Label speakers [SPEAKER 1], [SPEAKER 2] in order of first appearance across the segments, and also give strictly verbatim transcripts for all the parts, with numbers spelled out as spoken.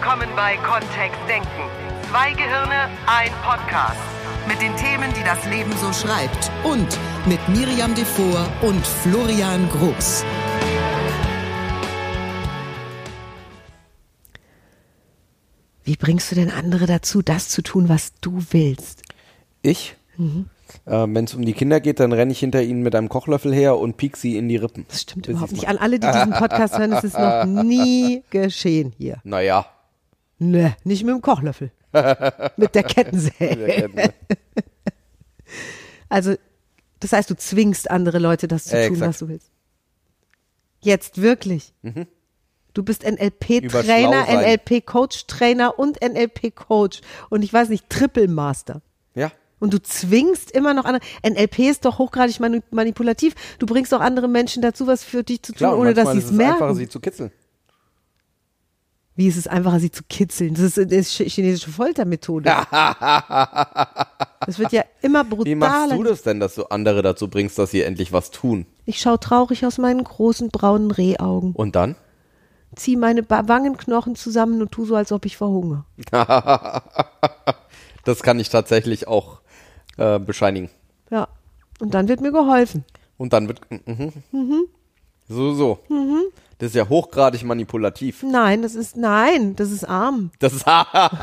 [SPEAKER 1] willkommen bei Kontext Denken. Zwei Gehirne, ein Podcast.
[SPEAKER 2] Mit den Themen, die das Leben so schreibt. Und mit Miriam Devor und Florian Groß.
[SPEAKER 3] Wie bringst du denn andere dazu, das zu tun, was du willst?
[SPEAKER 4] Ich? Mhm. Äh, Wenn es um die Kinder geht, dann renne ich hinter ihnen mit einem Kochlöffel her und piek sie in die Rippen.
[SPEAKER 3] Das stimmt überhaupt nicht. An alle, die diesen Podcast hören, ist es noch nie geschehen hier.
[SPEAKER 4] Naja.
[SPEAKER 3] Ne, nicht mit dem Kochlöffel. Mit der Kettensäge. Also, das heißt, du zwingst andere Leute, das zu
[SPEAKER 4] äh,
[SPEAKER 3] tun,
[SPEAKER 4] exakt.
[SPEAKER 3] was du willst. Jetzt wirklich.
[SPEAKER 4] Mhm.
[SPEAKER 3] Du bist N L P-Trainer, N L P-Coach-Trainer und N L P-Coach. Und ich weiß nicht, Triple-Master.
[SPEAKER 4] Ja.
[SPEAKER 3] Und du zwingst immer noch andere. N L P ist doch hochgradig mani- manipulativ. Du bringst auch andere Menschen dazu, was für dich zu tun,
[SPEAKER 4] Klar,
[SPEAKER 3] ohne dass
[SPEAKER 4] manchmal
[SPEAKER 3] sie
[SPEAKER 4] ist
[SPEAKER 3] es
[SPEAKER 4] es
[SPEAKER 3] merken.
[SPEAKER 4] einfacher, sie zu kitzeln.
[SPEAKER 3] Wie ist es einfacher, sie zu kitzeln? Das ist eine chinesische Foltermethode. Das wird ja immer brutaler.
[SPEAKER 4] Wie machst du das denn, dass du andere dazu bringst, dass sie endlich was tun?
[SPEAKER 3] Ich schaue traurig aus meinen großen braunen Rehaugen.
[SPEAKER 4] Und dann?
[SPEAKER 3] Zieh meine ba- Wangenknochen zusammen und tu so, als ob ich verhungere.
[SPEAKER 4] Das kann ich tatsächlich auch äh, bescheinigen.
[SPEAKER 3] Ja. Und dann wird mir geholfen.
[SPEAKER 4] Und dann wird... Mhm. Mhm. So, so. Mhm. Das ist ja hochgradig manipulativ.
[SPEAKER 3] Nein, das ist, nein, das ist arm.
[SPEAKER 4] Das ist...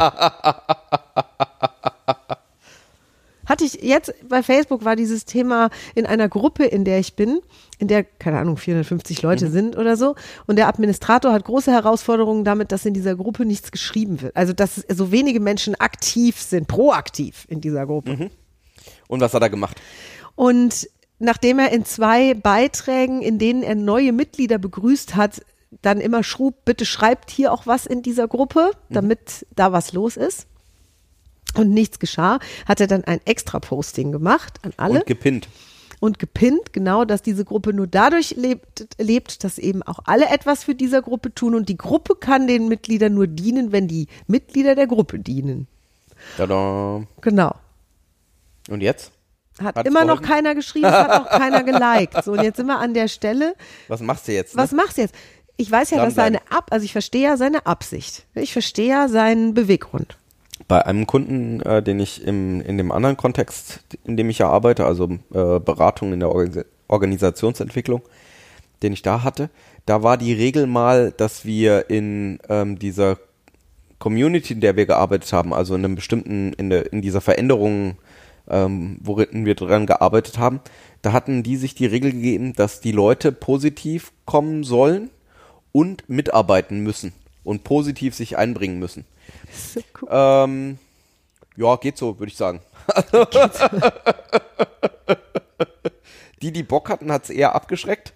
[SPEAKER 3] Hatte ich jetzt bei Facebook war dieses Thema in einer Gruppe, in der ich bin, in der, keine Ahnung, vierhundertfünfzig Leute mhm. sind oder so. Und der Administrator hat große Herausforderungen damit, dass in dieser Gruppe nichts geschrieben wird. Also, dass so wenige Menschen aktiv sind, proaktiv in dieser Gruppe.
[SPEAKER 4] Mhm. Und was hat er gemacht?
[SPEAKER 3] Und nachdem er in zwei Beiträgen, in denen er neue Mitglieder begrüßt hat, dann immer schrub, bitte schreibt hier auch was in dieser Gruppe, damit mhm. da was los ist. Und nichts geschah, hat er dann ein Extra-Posting gemacht an alle.
[SPEAKER 4] Und gepinnt.
[SPEAKER 3] Und gepinnt, genau, dass diese Gruppe nur dadurch lebt, lebt, dass eben auch alle etwas für diese Gruppe tun. Und die Gruppe kann den Mitgliedern nur dienen, wenn die Mitglieder der Gruppe dienen.
[SPEAKER 4] Tada.
[SPEAKER 3] Genau.
[SPEAKER 4] Und jetzt?
[SPEAKER 3] Hat
[SPEAKER 4] Hat's
[SPEAKER 3] immer noch
[SPEAKER 4] geholfen?
[SPEAKER 3] keiner geschrieben, es hat auch keiner geliked. So, und jetzt sind wir an der Stelle.
[SPEAKER 4] Was machst du jetzt? Ne?
[SPEAKER 3] Was machst du jetzt? Ich weiß ja, dass seine Ab, also ich verstehe ja seine Absicht. Ich verstehe ja seinen Beweggrund.
[SPEAKER 4] Bei einem Kunden, äh, den ich im, in dem anderen Kontext, in dem ich ja arbeite, also äh, Beratung in der Organ- Organisationsentwicklung, den ich da hatte, da war die Regel mal, dass wir in ähm, dieser Community, in der wir gearbeitet haben, also in einem bestimmten, in, der, in dieser Veränderung, ähm, worin wir dran gearbeitet haben, da hatten die sich die Regel gegeben, dass die Leute positiv kommen sollen und mitarbeiten müssen und positiv sich einbringen müssen.
[SPEAKER 3] So cool.
[SPEAKER 4] Ähm, ja, geht so, würde ich sagen. Die, die Bock hatten, hat es eher abgeschreckt.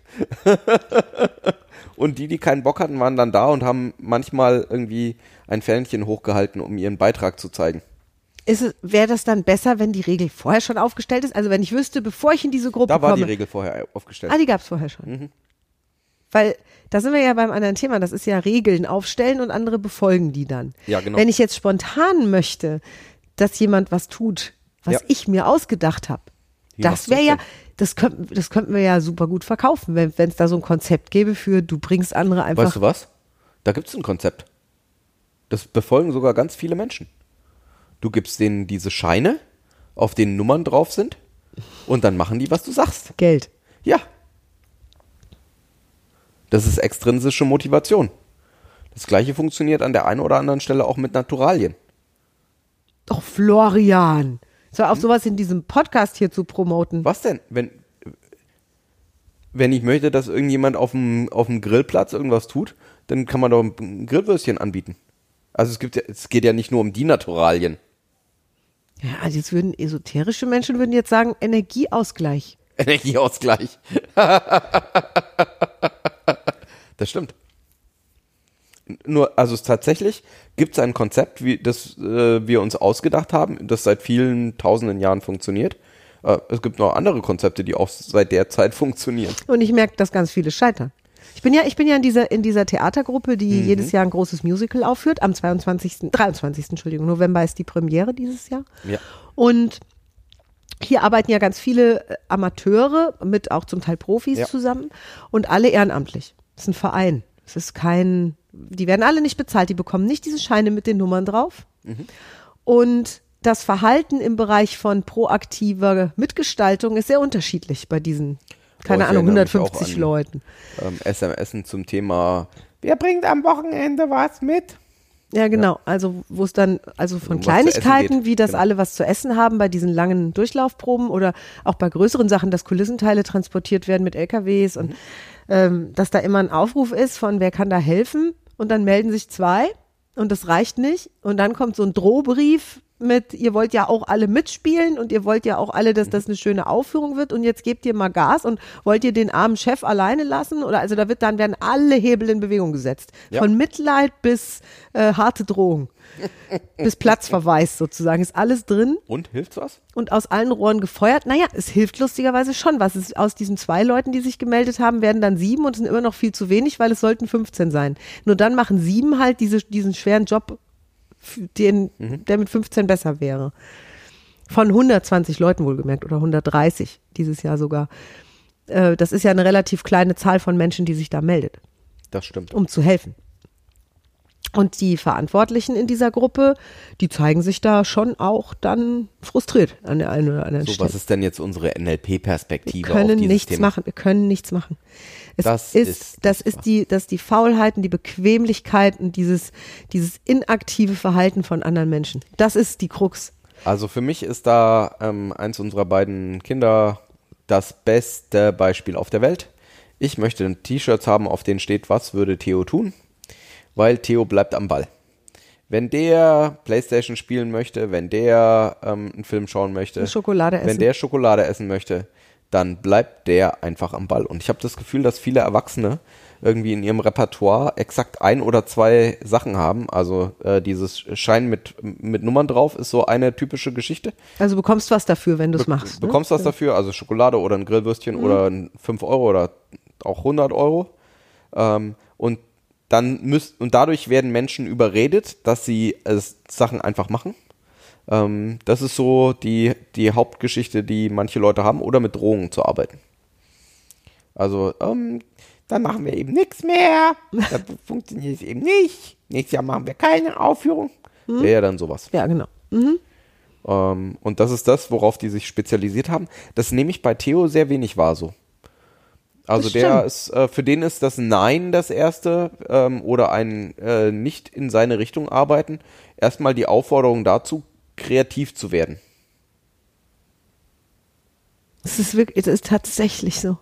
[SPEAKER 4] Und die, die keinen Bock hatten, waren dann da und haben manchmal irgendwie ein Fähnchen hochgehalten, um ihren Beitrag zu zeigen.
[SPEAKER 3] Ist es, wäre das dann besser, wenn die Regel vorher schon aufgestellt ist? Also wenn ich wüsste, bevor ich in diese Gruppe
[SPEAKER 4] Da
[SPEAKER 3] komme.
[SPEAKER 4] war die Regel vorher aufgestellt.
[SPEAKER 3] Ah, die gab es vorher schon.
[SPEAKER 4] Mhm.
[SPEAKER 3] Weil, da sind wir ja beim anderen Thema, das ist ja Regeln aufstellen und andere befolgen die dann.
[SPEAKER 4] Ja, genau.
[SPEAKER 3] Wenn ich jetzt spontan möchte, dass jemand was tut, was
[SPEAKER 4] Ja.
[SPEAKER 3] ich mir ausgedacht habe,
[SPEAKER 4] Wie
[SPEAKER 3] das
[SPEAKER 4] machst du
[SPEAKER 3] wäre
[SPEAKER 4] das
[SPEAKER 3] ja,
[SPEAKER 4] denn?
[SPEAKER 3] das könnten, das könnten wir ja super gut verkaufen, wenn es da so ein Konzept gäbe für, du bringst andere einfach.
[SPEAKER 4] Weißt du was? Da gibt es ein Konzept. Das befolgen sogar ganz viele Menschen. Du gibst denen diese Scheine, auf denen Nummern drauf sind, und dann machen die, was du sagst.
[SPEAKER 3] Geld.
[SPEAKER 4] Ja. Das ist extrinsische Motivation. Das Gleiche funktioniert an der einen oder anderen Stelle auch mit Naturalien.
[SPEAKER 3] Doch, Florian. So, auf sowas in diesem Podcast hier zu promoten.
[SPEAKER 4] Was denn? Wenn, wenn ich möchte, dass irgendjemand auf dem, auf dem Grillplatz irgendwas tut, dann kann man doch ein Grillwürstchen anbieten. Also es gibt ja, es geht ja nicht nur um die Naturalien.
[SPEAKER 3] Ja, also jetzt würden esoterische Menschen würden jetzt sagen, Energieausgleich.
[SPEAKER 4] Energieausgleich. Das stimmt. Nur, also es tatsächlich gibt es ein Konzept, wie das äh, wir uns ausgedacht haben, das seit vielen tausenden Jahren funktioniert. Äh, es gibt noch andere Konzepte, die auch seit der Zeit funktionieren.
[SPEAKER 3] Und ich merke, dass ganz viele scheitern. Ich bin ja, ich bin ja in dieser, in dieser Theatergruppe, die
[SPEAKER 4] Mhm.
[SPEAKER 3] jedes Jahr ein großes Musical aufführt. Am zweiundzwanzigsten, dreiundzwanzigsten Entschuldigung, November ist die Premiere dieses Jahr.
[SPEAKER 4] Ja.
[SPEAKER 3] Und hier arbeiten ja ganz viele äh, Amateure mit auch zum Teil Profis
[SPEAKER 4] Ja.
[SPEAKER 3] zusammen und alle ehrenamtlich. Das ist ein Verein. Es ist kein die werden alle nicht bezahlt, die bekommen nicht diese Scheine mit den Nummern drauf.
[SPEAKER 4] Mhm.
[SPEAKER 3] Und das Verhalten im Bereich von proaktiver Mitgestaltung ist sehr unterschiedlich bei diesen, keine
[SPEAKER 4] Oh, ich
[SPEAKER 3] Ahnung,
[SPEAKER 4] erinnere mich
[SPEAKER 3] hundertfünfzig
[SPEAKER 4] auch an,
[SPEAKER 3] Leuten.
[SPEAKER 4] Ähm, S M S zum Thema, wer bringt am Wochenende was mit?
[SPEAKER 3] Ja, genau. Also wo es dann, also von
[SPEAKER 4] Um was zu essen
[SPEAKER 3] Kleinigkeiten,
[SPEAKER 4] geht.
[SPEAKER 3] wie das
[SPEAKER 4] Genau.
[SPEAKER 3] alle was zu essen haben bei diesen langen Durchlaufproben oder auch bei größeren Sachen, dass Kulissenteile transportiert werden mit L K Ws und ähm, dass da immer ein Aufruf ist von, wer kann da helfen? Und dann melden sich zwei und das reicht nicht. Und dann kommt so ein Drohbrief mit, ihr wollt ja auch alle mitspielen und ihr wollt ja auch alle, dass das eine schöne Aufführung wird und jetzt gebt ihr mal Gas und wollt ihr den armen Chef alleine lassen? Oder also da wird dann werden alle Hebel in Bewegung gesetzt.
[SPEAKER 4] Ja.
[SPEAKER 3] Von Mitleid bis äh, harte Drohung. bis Platzverweis sozusagen. Ist alles drin
[SPEAKER 4] Und, hilft's was?
[SPEAKER 3] und aus allen Rohren gefeuert. Naja, es hilft lustigerweise schon was. Es ist, aus diesen zwei Leuten, die sich gemeldet haben, werden dann sieben und es sind immer noch viel zu wenig, weil es sollten fünfzehn sein. Nur dann machen sieben halt diese, diesen schweren Job, den,
[SPEAKER 4] Mhm.
[SPEAKER 3] der mit fünfzehn besser wäre. Von hundertzwanzig Leuten wohlgemerkt oder hundertdreißig dieses Jahr sogar. Äh, das ist ja eine relativ kleine Zahl von Menschen, die sich da meldet,
[SPEAKER 4] Das stimmt.
[SPEAKER 3] um zu helfen. Und die Verantwortlichen in dieser Gruppe, die zeigen sich da schon auch dann frustriert an der einen oder anderen
[SPEAKER 4] So,
[SPEAKER 3] Stelle.
[SPEAKER 4] was ist denn jetzt unsere N L P-Perspektive
[SPEAKER 3] Wir können
[SPEAKER 4] auf dieses
[SPEAKER 3] nichts
[SPEAKER 4] Thema?
[SPEAKER 3] machen, wir können nichts machen. Es
[SPEAKER 4] Das
[SPEAKER 3] ist,
[SPEAKER 4] ist
[SPEAKER 3] das
[SPEAKER 4] nicht
[SPEAKER 3] ist die, das ist die Faulheit und die Bequemlichkeit und dieses, dieses inaktive Verhalten von anderen Menschen. Das ist die Krux.
[SPEAKER 4] Also für mich ist da ähm, eins unserer beiden Kinder das beste Beispiel auf der Welt. Ich möchte T-Shirts haben, auf denen steht, was würde Theo tun? Weil Theo bleibt am Ball. Wenn der Playstation spielen möchte, wenn der ähm, einen Film schauen möchte,
[SPEAKER 3] Schokolade essen.
[SPEAKER 4] wenn der Schokolade essen möchte, dann bleibt der einfach am Ball. Und ich habe das Gefühl, dass viele Erwachsene irgendwie in ihrem Repertoire exakt ein oder zwei Sachen haben. Also äh, dieses Schein mit, mit Nummern drauf ist so eine typische Geschichte.
[SPEAKER 3] Also bekommst was dafür, wenn du es
[SPEAKER 4] Be
[SPEAKER 3] machst.
[SPEAKER 4] bekommst
[SPEAKER 3] ne?
[SPEAKER 4] was dafür, also Schokolade oder ein Grillwürstchen
[SPEAKER 3] Mhm.
[SPEAKER 4] oder ein fünf Euro oder auch hundert Euro. Ähm, und dann müsst, und dadurch werden Menschen überredet, dass sie äh, Sachen einfach machen. Ähm, das ist so die, die Hauptgeschichte, die manche Leute haben, oder mit Drohungen zu arbeiten. Also, ähm, dann machen wir eben nichts mehr. Das funktioniert eben nicht. Nächstes Jahr machen wir keine Aufführung. Wäre ja dann sowas.
[SPEAKER 3] Ja, genau. Mhm.
[SPEAKER 4] Ähm, und das ist das, worauf die sich spezialisiert haben. Das nehme ich bei Theo sehr wenig wahr so. Also
[SPEAKER 3] Das
[SPEAKER 4] der
[SPEAKER 3] stimmt.
[SPEAKER 4] ist, äh, für den ist das Nein das erste ähm, oder ein äh, nicht in seine Richtung arbeiten. Erstmal die Aufforderung dazu, kreativ zu werden.
[SPEAKER 3] Es ist wirklich, es ist tatsächlich so.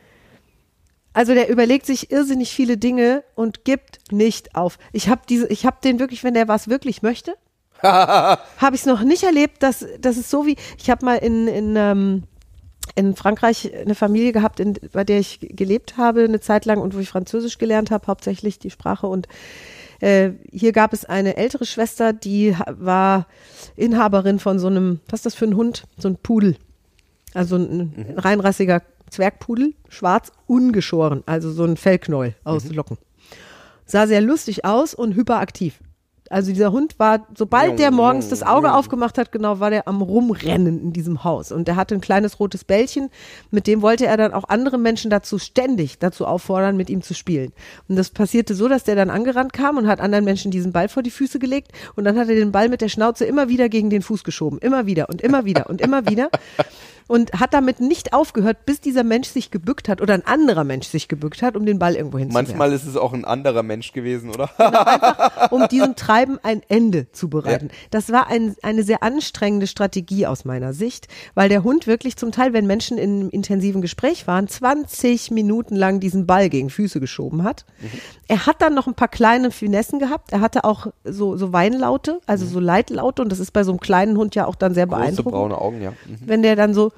[SPEAKER 3] Also der überlegt sich irrsinnig viele Dinge und gibt nicht auf. Ich habe diese, ich habe den wirklich, wenn der was wirklich möchte, habe ich es noch nicht erlebt, dass das ist so wie, ich habe mal in in ähm, in Frankreich eine Familie gehabt, in, bei der ich gelebt habe eine Zeit lang und wo ich Französisch gelernt habe, hauptsächlich die Sprache. Und äh, hier gab es eine ältere Schwester, die ha- war Inhaberin von so einem, was ist das für ein Hund? So ein Pudel. Also ein, ein reinrassiger Zwergpudel, schwarz, ungeschoren, also so ein Fellknäuel aus Locken. Sah sehr lustig aus und hyperaktiv. Also dieser Hund war, sobald der morgens das Auge aufgemacht hat, genau, war der am Rumrennen in diesem Haus. Und der hatte ein kleines rotes Bällchen, mit dem wollte er dann auch andere Menschen dazu ständig dazu auffordern, mit ihm zu spielen. Und das passierte so, dass der dann angerannt kam und hat anderen Menschen diesen Ball vor die Füße gelegt und dann hat er den Ball mit der Schnauze immer wieder gegen den Fuß geschoben. Immer wieder und immer wieder und immer wieder. Und hat damit nicht aufgehört, bis dieser Mensch sich gebückt hat oder ein anderer Mensch sich gebückt hat, um den Ball irgendwo hinzuwerfen.
[SPEAKER 4] Manchmal ist es auch ein anderer Mensch gewesen, oder?
[SPEAKER 3] Um diesem Treiben ein Ende zu bereiten. Ja. Das war ein, eine sehr anstrengende Strategie aus meiner Sicht, weil der Hund wirklich zum Teil, wenn Menschen in einem intensiven Gespräch waren, zwanzig Minuten lang diesen Ball gegen Füße geschoben hat. Mhm. Er hat dann noch ein paar kleine Finessen gehabt. Er hatte auch so, so Weinlaute, also mhm. so Leitlaute, und das ist bei so einem kleinen Hund ja auch dann sehr
[SPEAKER 4] Große
[SPEAKER 3] beeindruckend.
[SPEAKER 4] braune Augen, ja. Mhm.
[SPEAKER 3] Wenn der dann so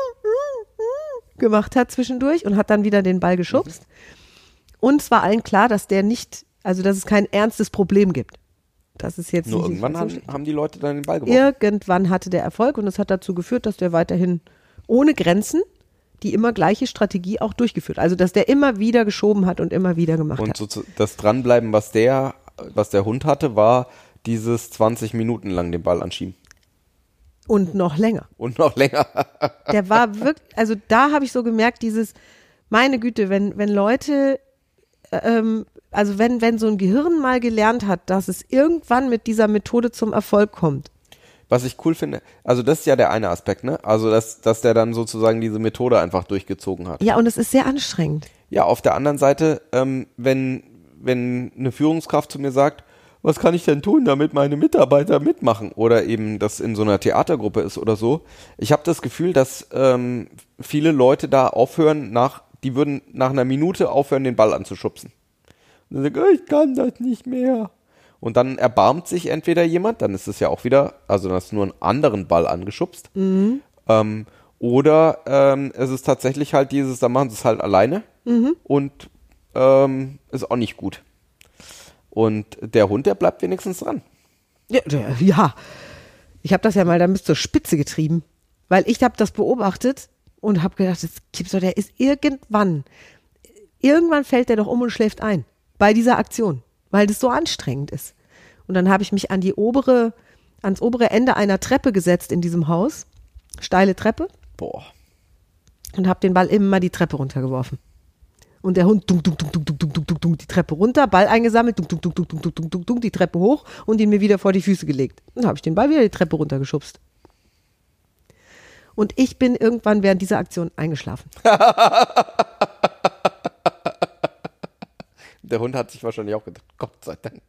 [SPEAKER 3] gemacht hat zwischendurch und hat dann wieder den Ball geschubst. Mhm. Und es war allen klar, dass der nicht, also dass es kein ernstes Problem gibt. Das ist jetzt
[SPEAKER 4] Nur
[SPEAKER 3] nicht
[SPEAKER 4] irgendwann
[SPEAKER 3] so
[SPEAKER 4] haben,
[SPEAKER 3] schlecht.
[SPEAKER 4] haben die Leute dann den Ball geworfen.
[SPEAKER 3] Irgendwann hatte der Erfolg und es hat dazu geführt, dass der weiterhin ohne Grenzen die immer gleiche Strategie auch durchgeführt. Also dass der immer wieder geschoben hat und immer wieder gemacht
[SPEAKER 4] und
[SPEAKER 3] hat.
[SPEAKER 4] Und so das Dranbleiben, was der, was der Hund hatte, war dieses zwanzig Minuten lang den Ball anschieben.
[SPEAKER 3] Und noch länger.
[SPEAKER 4] Und noch länger.
[SPEAKER 3] Der war wirklich, also da habe ich so gemerkt, dieses, meine Güte, wenn, wenn Leute ähm, also wenn, wenn so ein Gehirn mal gelernt hat, dass es irgendwann mit dieser Methode zum Erfolg kommt.
[SPEAKER 4] Was ich cool finde, also das ist ja der eine Aspekt, ne? Also dass, dass der dann sozusagen diese Methode einfach durchgezogen hat.
[SPEAKER 3] Ja, und es ist sehr anstrengend.
[SPEAKER 4] Ja, auf der anderen Seite, ähm, wenn, wenn eine Führungskraft zu mir sagt, was kann ich denn tun, damit meine Mitarbeiter mitmachen? Oder eben das in so einer Theatergruppe ist oder so. Ich habe das Gefühl, dass ähm, viele Leute da aufhören, nach, die würden nach einer Minute aufhören, den Ball anzuschubsen. Und dann sagen, ich kann das nicht mehr. Und dann erbarmt sich entweder jemand, dann ist es ja auch wieder, also dann hast du nur einen anderen Ball angeschubst. Mhm. Ähm, oder ähm, es ist tatsächlich halt dieses, dann machen sie es halt alleine mhm. und ähm, ist auch nicht gut. Und der Hund, der bleibt wenigstens dran.
[SPEAKER 3] Ja, der, ja. Ich habe das ja mal dann bis zur Spitze getrieben, weil ich habe das beobachtet und habe gedacht, das gibt's doch, der ist irgendwann, irgendwann fällt der doch um und schläft ein bei dieser Aktion, weil das so anstrengend ist. Und dann habe ich mich an die obere, ans obere Ende einer Treppe gesetzt in diesem Haus, steile Treppe.
[SPEAKER 4] Boah.
[SPEAKER 3] Und habe den Ball immer die Treppe runtergeworfen. Und der Hund dunk, dunk, dunk, dunk, dunk, dunk, dunk, dunk, die Treppe runter, Ball eingesammelt, dunk, dunk, dunk, dunk, dunk, dunk, dunk, dunk, die Treppe hoch und ihn mir wieder vor die Füße gelegt. Dann habe ich den Ball wieder die Treppe runtergeschubst. Und ich bin irgendwann während dieser Aktion eingeschlafen.
[SPEAKER 4] Der Hund hat sich wahrscheinlich auch gedacht, Gott sei Dank.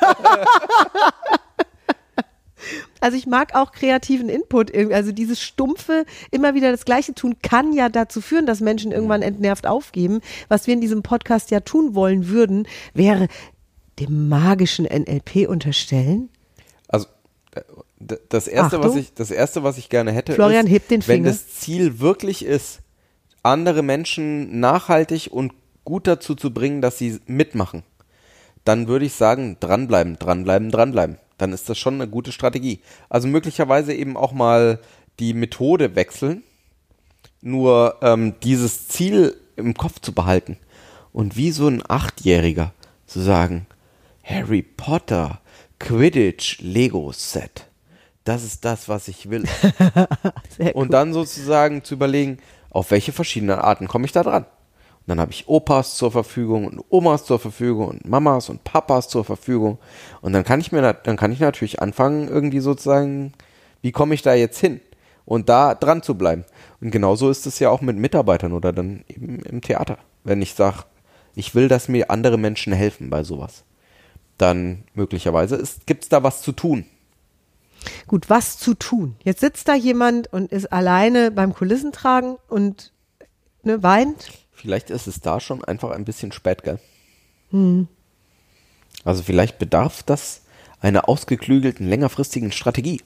[SPEAKER 3] Also ich mag auch kreativen Input. Also dieses stumpfe, immer wieder das Gleiche tun, kann ja dazu führen, dass Menschen irgendwann entnervt aufgeben. Was wir in diesem Podcast ja tun wollen würden, wäre dem magischen N L P unterstellen.
[SPEAKER 4] Also das Erste,
[SPEAKER 3] Achtung.
[SPEAKER 4] was ich, das Erste, was ich gerne hätte,
[SPEAKER 3] Florian,
[SPEAKER 4] ist,
[SPEAKER 3] hebt den
[SPEAKER 4] wenn
[SPEAKER 3] Finger.
[SPEAKER 4] das Ziel wirklich ist, andere Menschen nachhaltig und gut dazu zu bringen, dass sie mitmachen, dann würde ich sagen, dranbleiben, dranbleiben, dranbleiben. Dann ist das schon eine gute Strategie. Also möglicherweise eben auch mal die Methode wechseln, nur ähm, dieses Ziel im Kopf zu behalten und wie so ein Achtjähriger zu sagen, Harry Potter, Quidditch, Lego-Set, das ist das, was ich will.
[SPEAKER 3] Sehr
[SPEAKER 4] Und
[SPEAKER 3] cool.
[SPEAKER 4] dann sozusagen zu überlegen, auf welche verschiedenen Arten komme ich da dran. Und dann habe ich Opas zur Verfügung und Omas zur Verfügung und Mamas und Papas zur Verfügung. Und dann kann ich mir, dann kann ich natürlich anfangen, irgendwie sozusagen, wie komme ich da jetzt hin? Und da dran zu bleiben. Und genauso ist es ja auch mit Mitarbeitern oder dann eben im Theater. Wenn ich sage, ich will, dass mir andere Menschen helfen bei sowas, dann möglicherweise gibt es da was zu tun.
[SPEAKER 3] Gut, was zu tun? Jetzt sitzt da jemand und ist alleine beim Kulissentragen und ne, weint.
[SPEAKER 4] Vielleicht ist es da schon einfach ein bisschen spät, gell? Hm. Also vielleicht bedarf das einer ausgeklügelten, längerfristigen Strategie.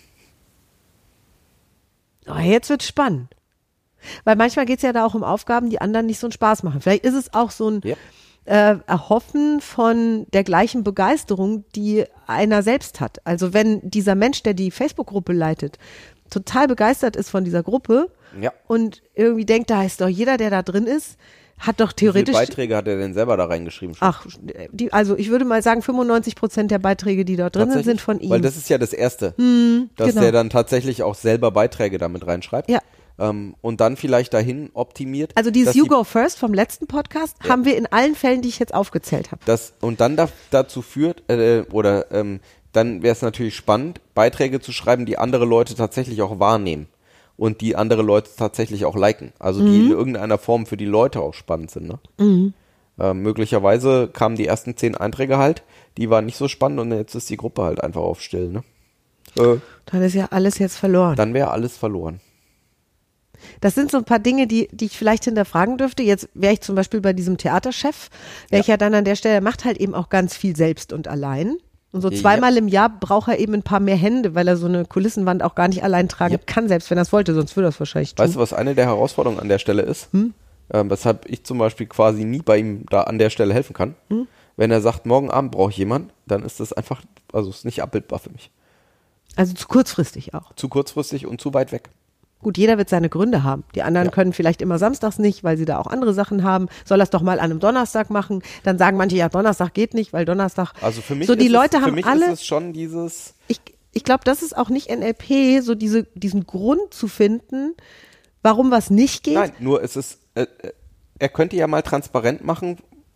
[SPEAKER 3] Oh, jetzt wird's spannend. Weil manchmal geht's ja da auch um Aufgaben, die anderen nicht so einen Spaß machen. Vielleicht ist es auch so ein
[SPEAKER 4] Ja.
[SPEAKER 3] äh, Erhoffen von der gleichen Begeisterung, die einer selbst hat. Also wenn dieser Mensch, der die Facebook-Gruppe leitet, total begeistert ist von dieser Gruppe
[SPEAKER 4] Ja.
[SPEAKER 3] und irgendwie denkt, da ist doch jeder, der da drin ist, hat doch
[SPEAKER 4] Wie viele
[SPEAKER 3] theoretisch,
[SPEAKER 4] Beiträge hat er denn selber da reingeschrieben? Schon?
[SPEAKER 3] ach, die, also ich würde mal sagen, fünfundneunzig Prozent der Beiträge, die dort drin sind,
[SPEAKER 4] Tatsächlich?
[SPEAKER 3] sind von ihm.
[SPEAKER 4] Weil das ist ja das Erste,
[SPEAKER 3] Hm,
[SPEAKER 4] dass
[SPEAKER 3] genau.
[SPEAKER 4] der dann tatsächlich auch selber Beiträge damit reinschreibt.
[SPEAKER 3] Ja.
[SPEAKER 4] Ähm, und dann vielleicht dahin optimiert.
[SPEAKER 3] Also dieses
[SPEAKER 4] dass
[SPEAKER 3] You
[SPEAKER 4] die-
[SPEAKER 3] Go First vom letzten Podcast haben wir in allen Fällen, die ich jetzt aufgezählt habe.
[SPEAKER 4] Das, und dann da, dazu führt, äh, oder ähm, dann wäre es natürlich spannend, Beiträge zu schreiben, die andere Leute tatsächlich auch wahrnehmen und die andere Leute tatsächlich auch liken. Also die in irgendeiner Form für die Leute auch spannend sind. Ne?
[SPEAKER 3] Mhm.
[SPEAKER 4] Äh, möglicherweise kamen die ersten zehn Einträge halt, die waren nicht so spannend und jetzt ist die Gruppe halt einfach auf still. Ne? Äh,
[SPEAKER 3] Dann ist ja alles jetzt verloren.
[SPEAKER 4] dann wäre alles verloren.
[SPEAKER 3] Das sind so ein paar Dinge, die, die ich vielleicht hinterfragen dürfte. Jetzt wäre ich zum Beispiel bei diesem Theaterchef, wäre ich ja dann an der Stelle, der macht halt eben auch ganz viel selbst und allein. Und so
[SPEAKER 4] Ja.
[SPEAKER 3] zweimal im Jahr braucht er eben ein paar mehr Hände, weil er so eine Kulissenwand auch gar nicht allein tragen
[SPEAKER 4] Ja.
[SPEAKER 3] kann, selbst wenn er es wollte, sonst würde er es wahrscheinlich tun.
[SPEAKER 4] Weißt du, was eine der Herausforderungen an der Stelle ist? Ähm, weshalb ich zum Beispiel quasi nie bei ihm da an der Stelle helfen kann. Wenn er sagt, morgen Abend brauche ich jemanden, dann ist das einfach, also ist nicht abbildbar für mich.
[SPEAKER 3] Also zu kurzfristig auch.
[SPEAKER 4] Zu kurzfristig und zu weit weg.
[SPEAKER 3] Gut, jeder wird seine Gründe haben. Die anderen
[SPEAKER 4] Ja.
[SPEAKER 3] können vielleicht immer samstags nicht, weil sie da auch andere Sachen haben. Soll das doch mal an einem Donnerstag machen. Dann sagen manche, ja, Donnerstag geht nicht, weil Donnerstag.
[SPEAKER 4] Also für mich,
[SPEAKER 3] so die
[SPEAKER 4] ist,
[SPEAKER 3] Leute
[SPEAKER 4] es, für
[SPEAKER 3] haben
[SPEAKER 4] mich
[SPEAKER 3] alle.
[SPEAKER 4] ist es schon dieses,
[SPEAKER 3] Ich, ich glaube, das ist auch nicht N L P, so diese, diesen Grund zu finden, warum was nicht geht.
[SPEAKER 4] nein, nur es ist, äh, äh, er könnte ja mal transparent machen,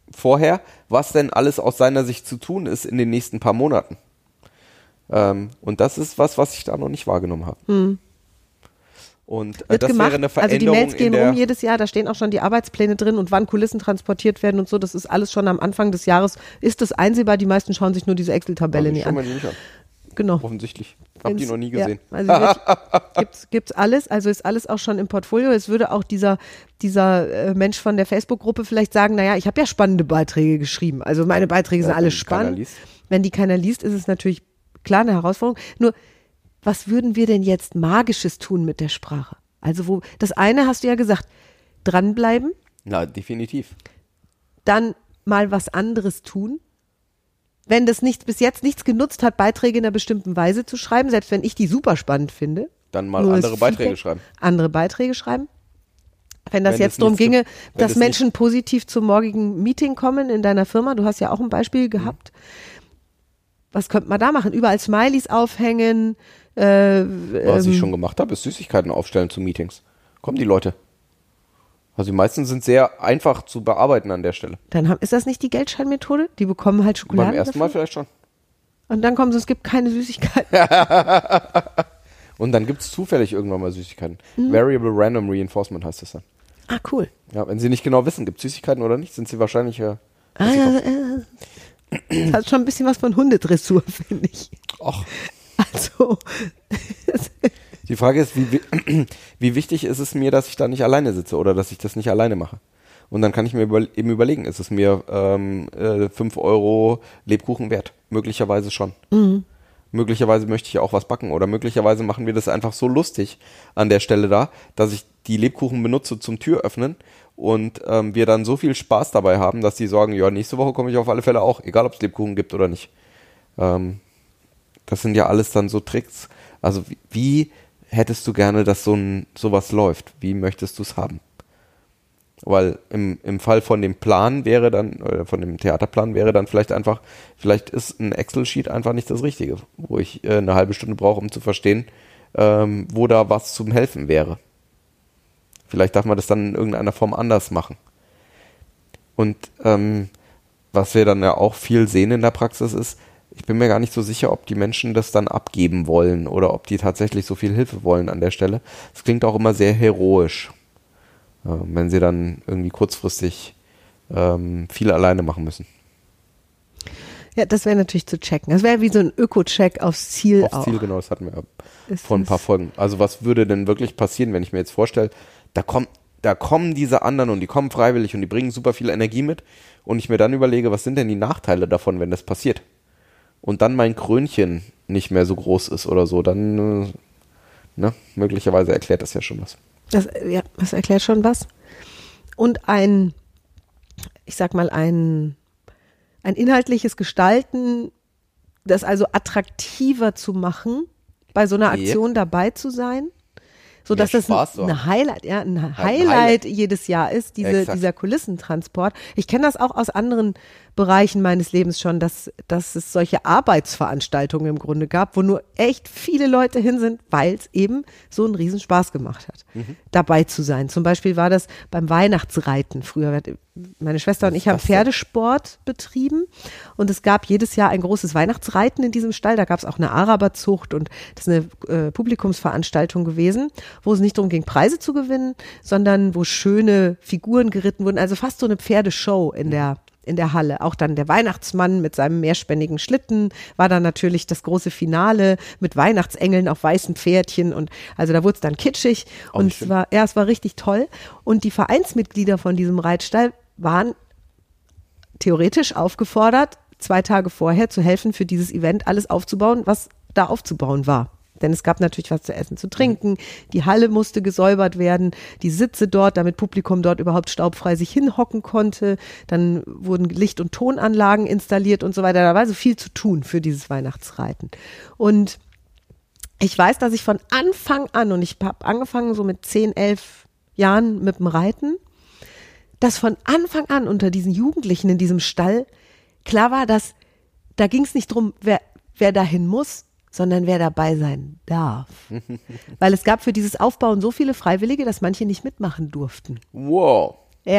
[SPEAKER 4] vorher, was denn alles aus seiner Sicht zu tun ist in den nächsten paar Monaten. Ähm, und das ist was, was ich da noch nicht wahrgenommen habe.
[SPEAKER 3] Hm.
[SPEAKER 4] Und äh,
[SPEAKER 3] Wird
[SPEAKER 4] das
[SPEAKER 3] gemacht.
[SPEAKER 4] wäre eine Veränderung.
[SPEAKER 3] Also die Mails gehen
[SPEAKER 4] in der,
[SPEAKER 3] rum jedes Jahr, da stehen auch schon die Arbeitspläne drin und wann Kulissen transportiert werden und so. Das ist alles schon am Anfang des Jahres. Ist das einsehbar? Die meisten schauen sich nur diese Excel-Tabelle
[SPEAKER 4] also
[SPEAKER 3] nie
[SPEAKER 4] ich schau
[SPEAKER 3] an.
[SPEAKER 4] mir die nicht an.
[SPEAKER 3] Genau.
[SPEAKER 4] Offensichtlich. Hab die noch nie gesehen.
[SPEAKER 3] Ja, also wird, gibt's, gibt's alles, also ist alles auch schon im Portfolio. Es würde auch dieser, dieser äh, Mensch von der Facebook-Gruppe vielleicht sagen, naja, ich habe ja spannende Beiträge geschrieben. Also meine Beiträge sind
[SPEAKER 4] Ja,
[SPEAKER 3] alle
[SPEAKER 4] wenn die keiner
[SPEAKER 3] spannend.
[SPEAKER 4] liest.
[SPEAKER 3] Wenn die keiner liest, ist es natürlich klar eine Herausforderung. Nur, was würden wir denn jetzt Magisches tun mit der Sprache? Also wo, das eine hast du ja gesagt, dranbleiben,
[SPEAKER 4] Na, definitiv.
[SPEAKER 3] dann mal was anderes tun. Wenn das nicht, bis jetzt nichts genutzt hat, Beiträge in einer bestimmten Weise zu schreiben, selbst wenn ich die super spannend finde.
[SPEAKER 4] Dann mal
[SPEAKER 3] Nur
[SPEAKER 4] andere
[SPEAKER 3] das
[SPEAKER 4] Beiträge
[SPEAKER 3] Feedback,
[SPEAKER 4] schreiben.
[SPEAKER 3] Andere Beiträge schreiben. Wenn das
[SPEAKER 4] Wenn
[SPEAKER 3] jetzt
[SPEAKER 4] es
[SPEAKER 3] darum
[SPEAKER 4] nichts
[SPEAKER 3] ginge,
[SPEAKER 4] gibt- wenn
[SPEAKER 3] dass
[SPEAKER 4] es
[SPEAKER 3] Menschen positiv zum morgigen Meeting kommen in deiner Firma, du hast ja auch ein Beispiel gehabt. Was könnte man da machen? Überall Smileys aufhängen. Äh,
[SPEAKER 4] Was
[SPEAKER 3] ähm,
[SPEAKER 4] ich schon gemacht habe, ist Süßigkeiten aufstellen zu Meetings. Kommen die Leute. Also die meisten sind sehr einfach zu bearbeiten an der Stelle.
[SPEAKER 3] Dann haben, ist das nicht die Geldscheinmethode? Die bekommen halt Schokolade.
[SPEAKER 4] Beim ersten
[SPEAKER 3] dafür.
[SPEAKER 4] Mal vielleicht schon.
[SPEAKER 3] Und dann kommen sie, es gibt keine Süßigkeiten.
[SPEAKER 4] Und dann gibt es zufällig irgendwann mal Süßigkeiten.
[SPEAKER 3] Mhm.
[SPEAKER 4] Variable Random Reinforcement heißt das dann.
[SPEAKER 3] Ah, cool.
[SPEAKER 4] Ja, wenn sie nicht genau wissen, gibt es Süßigkeiten oder nicht, sind sie wahrscheinlich äh,
[SPEAKER 3] Ah, ja, äh, das hat schon ein bisschen was von Hundedressur, finde ich.
[SPEAKER 4] ach.
[SPEAKER 3] Also,
[SPEAKER 4] Die Frage ist, wie, wi- wie wichtig ist es mir, dass ich da nicht alleine sitze oder dass ich das nicht alleine mache? Und dann kann ich mir über, eben überlegen, ist es mir ähm, äh, fünf Euro Lebkuchen wert? Möglicherweise schon.
[SPEAKER 3] Mhm.
[SPEAKER 4] Möglicherweise möchte ich auch was backen oder möglicherweise machen wir das einfach so lustig an der Stelle da, dass ich die Lebkuchen benutze zum Tür öffnen und ähm, wir dann so viel Spaß dabei haben, dass die sagen, ja, nächste Woche komme ich auf alle Fälle auch, egal ob es Lebkuchen gibt oder nicht. Ähm, das sind ja alles dann so Tricks. Also wie, wie hättest du gerne, dass so ein sowas läuft? Wie möchtest du es haben? Weil im, im Fall von dem Plan wäre dann, oder von dem Theaterplan wäre dann vielleicht einfach, vielleicht ist ein Excel-Sheet einfach nicht das Richtige, wo ich äh, eine halbe Stunde brauche, um zu verstehen, ähm, wo da was zum Helfen wäre. Vielleicht darf man das dann in irgendeiner Form anders machen. Und ähm, was wir dann ja auch viel sehen in der Praxis ist, ich bin mir gar nicht so sicher, ob die Menschen das dann abgeben wollen oder ob die tatsächlich so viel Hilfe wollen an der Stelle. Es klingt auch immer sehr heroisch, äh, wenn sie dann irgendwie kurzfristig ähm, viel alleine machen müssen.
[SPEAKER 3] ja, das wäre natürlich zu checken. Das wäre wie so ein Öko-Check aufs Ziel
[SPEAKER 4] Aufs
[SPEAKER 3] auch.
[SPEAKER 4] Ziel, genau, das hatten wir
[SPEAKER 3] Ist
[SPEAKER 4] vor ein paar
[SPEAKER 3] das-
[SPEAKER 4] Folgen. Also was würde denn wirklich passieren, wenn ich mir jetzt vorstelle, da kommt, da kommen diese anderen und die kommen freiwillig und die bringen super viel Energie mit und ich mir dann überlege, was sind denn die Nachteile davon, wenn das passiert? Und dann mein Krönchen nicht mehr so groß ist oder so, dann, äh, ne, möglicherweise erklärt das ja schon was.
[SPEAKER 3] Das, ja, das erklärt schon was. Und ein, ich sag mal, ein, ein inhaltliches Gestalten, das also attraktiver zu machen, bei so einer
[SPEAKER 4] Yep.
[SPEAKER 3] Aktion dabei zu sein, so dass
[SPEAKER 4] Mehr
[SPEAKER 3] das ein,
[SPEAKER 4] Spaß zu haben.
[SPEAKER 3] ein Highlight, ja, ein Highlight,
[SPEAKER 4] Highlight.
[SPEAKER 3] jedes Jahr ist, diese,
[SPEAKER 4] Exakt.
[SPEAKER 3] dieser Kulissentransport. Ich kenne das auch aus anderen Bereichen meines Lebens schon, dass, dass es solche Arbeitsveranstaltungen im Grunde gab, wo nur echt viele Leute hin sind, weil es eben so einen riesen Spaß gemacht hat,
[SPEAKER 4] Mhm.
[SPEAKER 3] dabei zu sein. Zum Beispiel war das beim Weihnachtsreiten früher. Meine Schwester und
[SPEAKER 4] Was
[SPEAKER 3] ich
[SPEAKER 4] ist
[SPEAKER 3] haben
[SPEAKER 4] das denn?
[SPEAKER 3] Pferdesport betrieben und es gab jedes Jahr ein großes Weihnachtsreiten in diesem Stall. Da gab es auch eine Araberzucht und das ist eine äh, Publikumsveranstaltung gewesen, wo es nicht darum ging, Preise zu gewinnen, sondern wo schöne Figuren geritten wurden. Also fast so eine Pferdeshow in der in der Halle. Auch dann der Weihnachtsmann mit seinem mehrspännigen Schlitten war dann natürlich das große Finale mit Weihnachtsengeln auf weißen Pferdchen und also da wurde es dann kitschig
[SPEAKER 4] Auch
[SPEAKER 3] und
[SPEAKER 4] nicht
[SPEAKER 3] es
[SPEAKER 4] schön.
[SPEAKER 3] war, ja, es war richtig toll. Und die Vereinsmitglieder von diesem Reitstall waren theoretisch aufgefordert, zwei Tage vorher zu helfen, für dieses Event alles aufzubauen, was da aufzubauen war. Denn es gab natürlich was zu essen, zu trinken. Die Halle musste gesäubert werden, die Sitze dort, damit Publikum dort überhaupt staubfrei sich hinhocken konnte. Dann wurden Licht- und Tonanlagen installiert und so weiter. Da war so viel zu tun für dieses Weihnachtsreiten. Und ich weiß, dass ich von Anfang an, und ich habe angefangen so mit zehn, elf Jahren mit dem Reiten, dass von Anfang an unter diesen Jugendlichen in diesem Stall klar war, dass da ging es nicht drum, wer, wer dahin muss, sondern wer dabei sein darf. Weil es gab für dieses Aufbauen so viele Freiwillige, dass manche nicht mitmachen durften.
[SPEAKER 4] Wow.
[SPEAKER 3] Ja.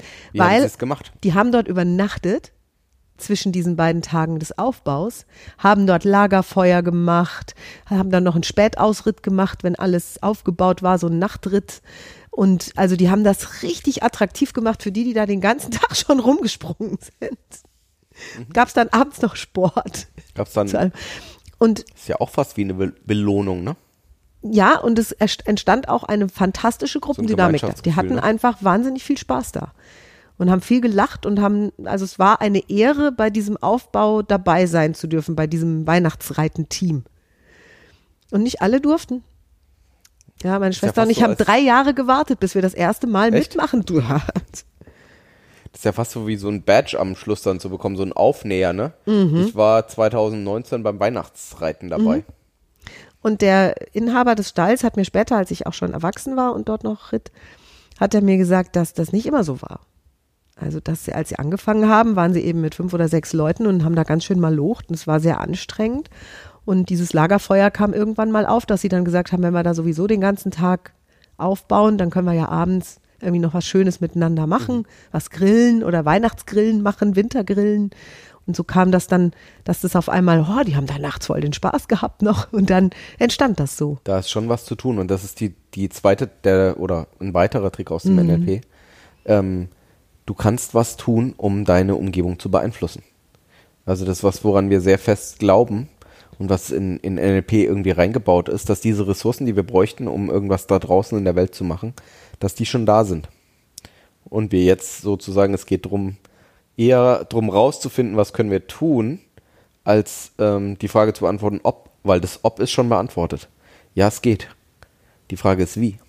[SPEAKER 4] Wie haben
[SPEAKER 3] weil
[SPEAKER 4] sie es gemacht?
[SPEAKER 3] die haben dort übernachtet zwischen diesen beiden Tagen des Aufbaus, haben dort Lagerfeuer gemacht, haben dann noch einen Spätausritt gemacht, wenn alles aufgebaut war, so ein Nachtritt. Und also die haben das richtig attraktiv gemacht für die, die da den ganzen Tag schon rumgesprungen sind. Mhm. Gab es dann abends noch Sport.
[SPEAKER 4] Gab es dann,
[SPEAKER 3] und
[SPEAKER 4] ist ja auch fast wie eine Be- Belohnung, ne?
[SPEAKER 3] Ja, und es entstand auch eine fantastische Gruppendynamik.
[SPEAKER 4] So ein
[SPEAKER 3] die hatten
[SPEAKER 4] ne?
[SPEAKER 3] einfach wahnsinnig viel Spaß da und haben viel gelacht und haben, also es war eine Ehre, bei diesem Aufbau dabei sein zu dürfen, bei diesem Weihnachtsreiten-Team. Und nicht alle durften. Ja, meine Schwester
[SPEAKER 4] ja
[SPEAKER 3] und ich
[SPEAKER 4] so
[SPEAKER 3] haben drei Jahre gewartet, bis wir das erste Mal
[SPEAKER 4] Echt?
[SPEAKER 3] mitmachen durften.
[SPEAKER 4] Das ist ja fast so wie so ein Badge am Schluss dann zu bekommen, so ein Aufnäher, ne? Mhm. Ich war zwanzig neunzehn beim Weihnachtsreiten dabei.
[SPEAKER 3] Mhm. Und der Inhaber des Stalls hat mir später, als ich auch schon erwachsen war und dort noch ritt, hat er mir gesagt, dass das nicht immer so war. Also, dass sie, als sie angefangen haben, waren sie eben mit fünf oder sechs Leuten und haben da ganz schön malocht und es war sehr anstrengend. Und dieses Lagerfeuer kam irgendwann mal auf, dass sie dann gesagt haben, wenn wir da sowieso den ganzen Tag aufbauen, dann können wir ja abends irgendwie noch was Schönes miteinander machen, mhm. was grillen oder Weihnachtsgrillen machen, Wintergrillen. Und so kam das dann, dass das auf einmal, oh, die haben da nachts voll den Spaß gehabt noch und dann entstand das so.
[SPEAKER 4] Da ist schon was zu tun und das ist die, die zweite, der oder ein weiterer Trick aus dem mhm. N L P. Ähm, du kannst was tun, um deine Umgebung zu beeinflussen. Also das ist was, woran wir sehr fest glauben und was in, in N L P irgendwie reingebaut ist, dass diese Ressourcen, die wir bräuchten, um irgendwas da draußen in der Welt zu machen, dass die schon da sind. Und wir jetzt sozusagen, es geht darum, eher drum rauszufinden, was können wir tun, als ähm, die Frage zu beantworten, ob, weil das Ob ist schon beantwortet. Ja, es geht. Die Frage ist, wie.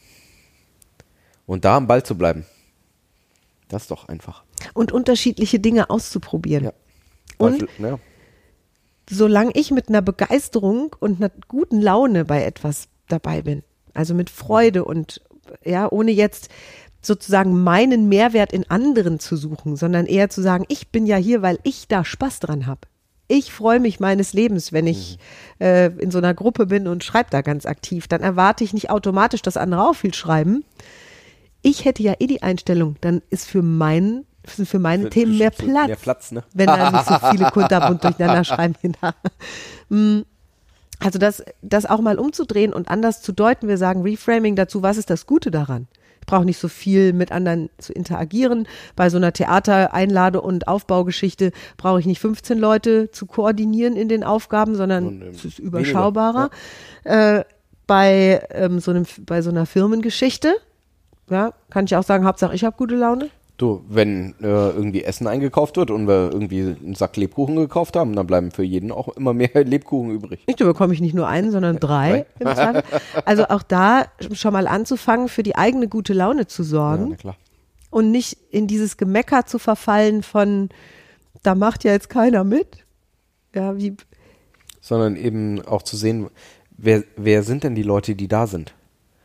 [SPEAKER 4] Und da am Ball zu bleiben, das ist doch einfach.
[SPEAKER 3] Und unterschiedliche Dinge auszuprobieren.
[SPEAKER 4] Ja.
[SPEAKER 3] Und
[SPEAKER 4] ja.
[SPEAKER 3] solange ich mit einer Begeisterung und einer guten Laune bei etwas dabei bin, also mit Freude und ja, ohne jetzt sozusagen meinen Mehrwert in anderen zu suchen, sondern eher zu sagen, ich bin ja hier, weil ich da Spaß dran habe. Ich freue mich meines Lebens, wenn ich mhm. äh, in so einer Gruppe bin und schreibe da ganz aktiv. Dann erwarte ich nicht automatisch, dass andere auch viel schreiben. Ich hätte ja eh die Einstellung, dann ist für, mein, für meine für, Themen mehr
[SPEAKER 4] für,
[SPEAKER 3] Platz,
[SPEAKER 4] mehr Platz ne?
[SPEAKER 3] wenn da nicht so viele kunterbunt durcheinander schreiben. Also das, das auch mal umzudrehen und anders zu deuten. Wir sagen Reframing dazu, was ist das Gute daran? Ich brauche nicht so viel mit anderen zu interagieren. Bei so einer Theatereinlade- und Aufbaugeschichte brauche ich nicht fünfzehn Leute zu koordinieren in den Aufgaben, sondern und, ähm, es ist überschaubarer. Ja. Äh, bei, ähm, so einem, bei so einer Firmengeschichte, ja, kann ich auch sagen, Hauptsache ich habe gute Laune.
[SPEAKER 4] Du, wenn äh, irgendwie Essen eingekauft wird und wir irgendwie einen Sack Lebkuchen gekauft haben, dann bleiben für jeden auch immer mehr Lebkuchen übrig.
[SPEAKER 3] Nicht, da bekomme ich nicht nur einen, sondern drei. Im Zweifel. Also auch da schon mal anzufangen, für die eigene gute Laune zu sorgen.
[SPEAKER 4] Ja, na klar.
[SPEAKER 3] Und nicht in dieses Gemecker zu verfallen von, da macht ja jetzt keiner mit. Ja, wie.
[SPEAKER 4] Sondern eben auch zu sehen, wer, wer sind denn die Leute, die da sind?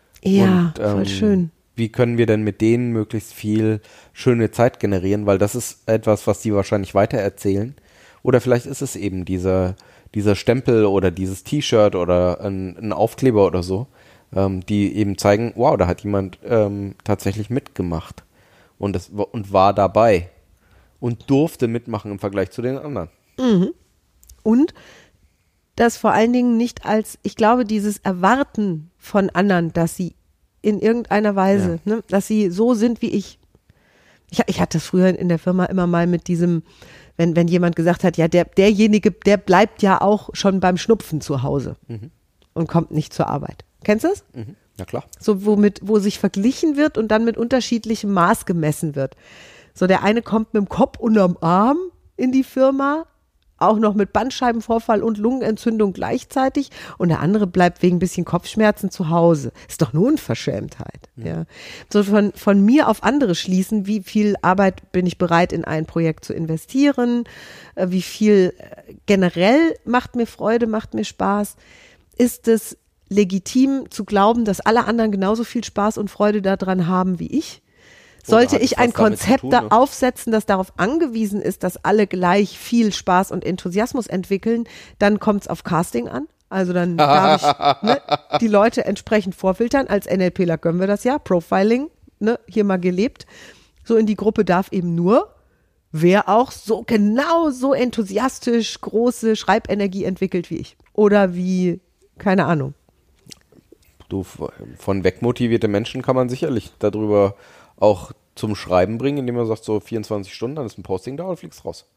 [SPEAKER 3] Ja,
[SPEAKER 4] und, ähm,
[SPEAKER 3] voll schön.
[SPEAKER 4] Wie können wir denn mit denen möglichst viel schöne Zeit generieren? Weil das ist etwas, was die wahrscheinlich weitererzählen. Oder vielleicht ist es eben dieser, dieser Stempel oder dieses T-Shirt oder ein, ein Aufkleber oder so, ähm, die eben zeigen, wow, da hat jemand ähm, tatsächlich mitgemacht und, das, und war dabei und durfte mitmachen im Vergleich zu den anderen.
[SPEAKER 3] Mhm. Und das vor allen Dingen nicht als, ich glaube, dieses Erwarten von anderen, dass sie in irgendeiner Weise, ja. ne, dass sie so sind wie ich. ich. Ich hatte das früher in der Firma immer mal mit diesem, wenn, wenn jemand gesagt hat, ja, der, derjenige, der bleibt ja auch schon beim Schnupfen zu Hause mhm. und kommt nicht zur Arbeit. Kennst du das?
[SPEAKER 4] Mhm. Ja, klar.
[SPEAKER 3] So, womit, wo sich verglichen wird und dann mit unterschiedlichem Maß gemessen wird. So, der eine kommt mit dem Kopf unterm Arm in die Firma, auch noch mit Bandscheibenvorfall und Lungenentzündung gleichzeitig und der andere bleibt wegen ein bisschen Kopfschmerzen zu Hause. Ist doch eine Unverschämtheit. Mhm. Ja. So von, von mir auf andere schließen, wie viel Arbeit bin ich bereit in ein Projekt zu investieren, wie viel generell macht mir Freude, macht mir Spaß. Ist es legitim zu glauben, dass alle anderen genauso viel Spaß und Freude daran haben wie ich? Sollte ich ein Konzept tun, da ne? aufsetzen, das darauf angewiesen ist, dass alle gleich viel Spaß und Enthusiasmus entwickeln, dann kommt es auf Casting an. Also dann darf ich ne, die Leute entsprechend vorfiltern. Als NLPler können wir das ja. Profiling, ne, hier mal gelebt. So in die Gruppe darf eben nur, wer auch so genau so enthusiastisch große Schreibenergie entwickelt wie ich. Oder wie, keine Ahnung.
[SPEAKER 4] Du, von wegmotivierte Menschen kann man sicherlich darüber auch zum Schreiben bringen, indem man sagt, so vierundzwanzig Stunden, dann ist ein Posting da und fliegst raus.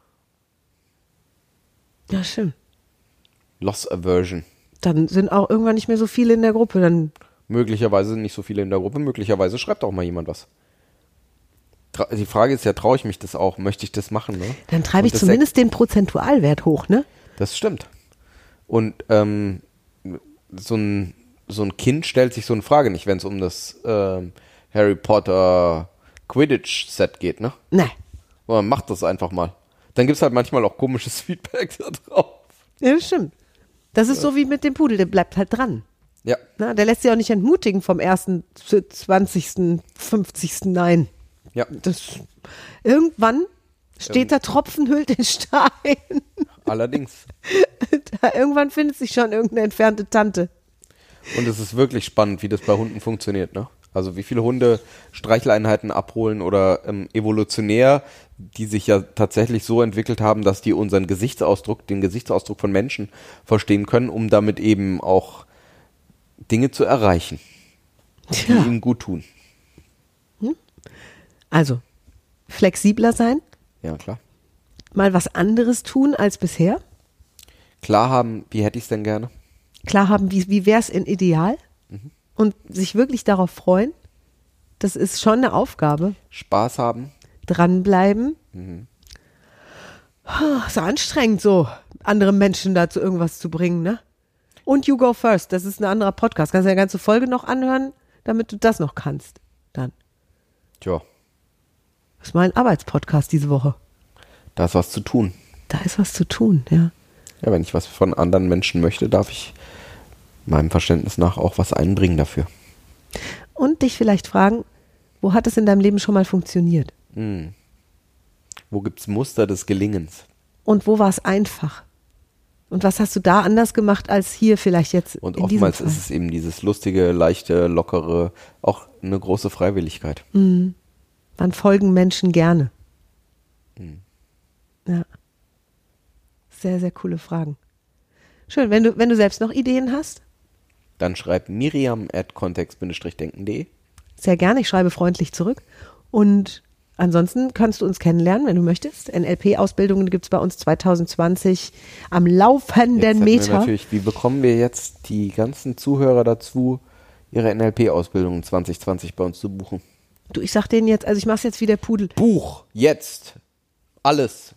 [SPEAKER 3] Ja, stimmt.
[SPEAKER 4] Loss Aversion.
[SPEAKER 3] Dann sind auch irgendwann nicht mehr so viele in der Gruppe. Dann
[SPEAKER 4] Möglicherweise sind nicht so viele in der Gruppe, möglicherweise schreibt auch mal jemand was. Tra- Die Frage ist ja, traue ich mich das auch? Möchte ich das machen? Ne?
[SPEAKER 3] Dann treibe
[SPEAKER 4] Und
[SPEAKER 3] ich
[SPEAKER 4] das
[SPEAKER 3] zumindest den Prozentualwert hoch, ne?
[SPEAKER 4] Das stimmt. Und ähm, so, ein, so ein Kind stellt sich so eine Frage nicht, wenn es um das ähm, Harry Potter Quidditch-Set geht, ne?
[SPEAKER 3] Ne.
[SPEAKER 4] Man macht das einfach mal. Dann gibt es halt manchmal auch komisches Feedback da drauf.
[SPEAKER 3] Ja, das stimmt. Das ist so wie mit dem Pudel, der bleibt halt dran.
[SPEAKER 4] Ja.
[SPEAKER 3] Na, der lässt sich auch nicht entmutigen vom ersten, zwanzigsten, fünfzigsten Nein.
[SPEAKER 4] Ja.
[SPEAKER 3] Das, irgendwann steht da Tropfen hüllt den Stein.
[SPEAKER 4] Allerdings.
[SPEAKER 3] Da, irgendwann findet sich schon irgendeine entfernte Tante.
[SPEAKER 4] Und es ist wirklich spannend, wie das bei Hunden funktioniert, ne? Also wie viele Hunde Streicheleinheiten abholen oder ähm, evolutionär, die sich ja tatsächlich so entwickelt haben, dass die unseren Gesichtsausdruck, den Gesichtsausdruck von Menschen verstehen können, um damit eben auch Dinge zu erreichen, die
[SPEAKER 3] Tja.
[SPEAKER 4] ihnen gut tun.
[SPEAKER 3] Also, flexibler sein,
[SPEAKER 4] Ja, klar.
[SPEAKER 3] mal was anderes tun als bisher.
[SPEAKER 4] Klar haben, wie hätte ich es denn gerne?
[SPEAKER 3] Klar haben, wie, wie wäre es in Ideal?
[SPEAKER 4] Mhm.
[SPEAKER 3] Und sich wirklich darauf freuen. Das ist schon eine Aufgabe.
[SPEAKER 4] Spaß haben.
[SPEAKER 3] Dranbleiben.
[SPEAKER 4] Mhm.
[SPEAKER 3] Oh, ist anstrengend, so andere Menschen dazu irgendwas zu bringen, ne? Und You Go First, das ist ein anderer Podcast. Kannst du ja eine ganze Folge noch anhören, damit du das noch kannst. Dann.
[SPEAKER 4] Tja,
[SPEAKER 3] Das ist mein Arbeitspodcast diese Woche.
[SPEAKER 4] da ist was zu tun.
[SPEAKER 3] Da ist was zu tun, ja.
[SPEAKER 4] Ja, wenn ich was von anderen Menschen möchte, darf ich meinem Verständnis nach auch was einbringen dafür.
[SPEAKER 3] Und dich vielleicht fragen, wo hat es in deinem Leben schon mal funktioniert?
[SPEAKER 4] Hm. Wo gibt's Muster des Gelingens?
[SPEAKER 3] Und wo war es einfach? Und was hast du da anders gemacht als hier vielleicht jetzt
[SPEAKER 4] Und
[SPEAKER 3] in diesem
[SPEAKER 4] oftmals
[SPEAKER 3] Fall?
[SPEAKER 4] ist es eben dieses lustige, leichte, lockere, auch eine große Freiwilligkeit.
[SPEAKER 3] Mhm. Wann folgen Menschen gerne?
[SPEAKER 4] Mhm.
[SPEAKER 3] Ja. Sehr, sehr coole Fragen. Schön, wenn du, wenn du selbst noch Ideen hast,
[SPEAKER 4] Dann schreib miriam at kontext denken punkt de.
[SPEAKER 3] sehr gerne, ich schreibe freundlich zurück. Und ansonsten kannst du uns kennenlernen, wenn du möchtest. N L P-Ausbildungen gibt es bei uns zwanzig zwanzig am laufenden
[SPEAKER 4] Jetzt hätten wir
[SPEAKER 3] Meter.
[SPEAKER 4] natürlich, wie bekommen wir jetzt die ganzen Zuhörer dazu, ihre N L P-Ausbildung zwanzig zwanzig bei uns zu buchen?
[SPEAKER 3] Du, ich sag denen jetzt, also ich mach's jetzt wie der Pudel.
[SPEAKER 4] Buch, jetzt, alles.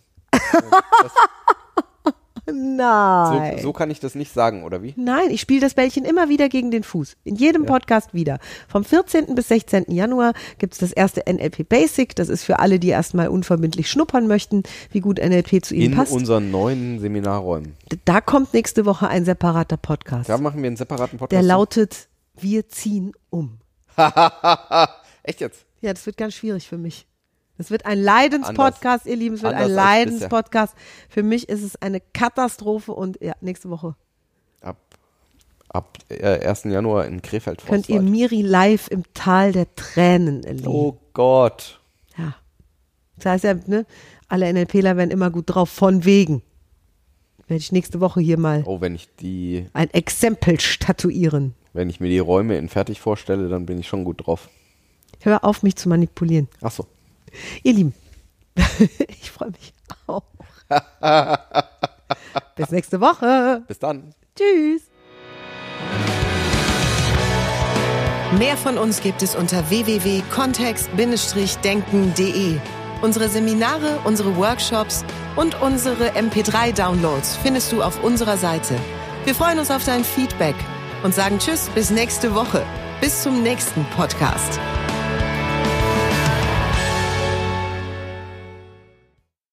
[SPEAKER 3] Nein.
[SPEAKER 4] So, so kann ich das nicht sagen, oder wie?
[SPEAKER 3] Nein, ich spiele das Bällchen immer wieder gegen den Fuß. In jedem Podcast wieder. Vom vierzehnten bis sechzehnten Januar gibt es das erste N L P Basic. Das ist für alle, die erstmal unverbindlich schnuppern möchten, wie gut N L P zu ihnen
[SPEAKER 4] In
[SPEAKER 3] passt.
[SPEAKER 4] unseren neuen Seminarräumen.
[SPEAKER 3] Da kommt nächste Woche ein separater Podcast.
[SPEAKER 4] Da machen wir einen separaten Podcast.
[SPEAKER 3] Der lautet Wir ziehen um.
[SPEAKER 4] Echt jetzt?
[SPEAKER 3] Ja, das wird ganz schwierig für mich. Das wird ein Leidenspodcast, ihr Lieben. Es wird ein
[SPEAKER 4] Anders als
[SPEAKER 3] Leidenspodcast. Für mich ist es eine Katastrophe und ja, nächste Woche
[SPEAKER 4] Ab, ab äh, ersten Januar in Krefeld.
[SPEAKER 3] könnt ihr Miri live im Tal der Tränen erleben.
[SPEAKER 4] Oh Gott.
[SPEAKER 3] Ja. Das heißt ja, ne, alle NLPler werden immer gut drauf, von wegen. Werde ich nächste Woche hier mal
[SPEAKER 4] Oh, wenn ich die,
[SPEAKER 3] ein Exempel statuieren.
[SPEAKER 4] wenn ich mir die Räume in fertig vorstelle, dann bin ich schon gut drauf.
[SPEAKER 3] Hör auf, mich zu manipulieren.
[SPEAKER 4] Ach so.
[SPEAKER 3] Ihr Lieben, ich freue mich auch. Bis nächste Woche.
[SPEAKER 4] Bis dann.
[SPEAKER 3] Tschüss.
[SPEAKER 2] Mehr von uns gibt es unter w w w punkt kontext denken punkt de. Unsere Seminare, unsere Workshops und unsere M P drei Downloads findest du auf unserer Seite. Wir freuen uns auf dein Feedback und sagen Tschüss bis nächste Woche. Bis zum nächsten Podcast.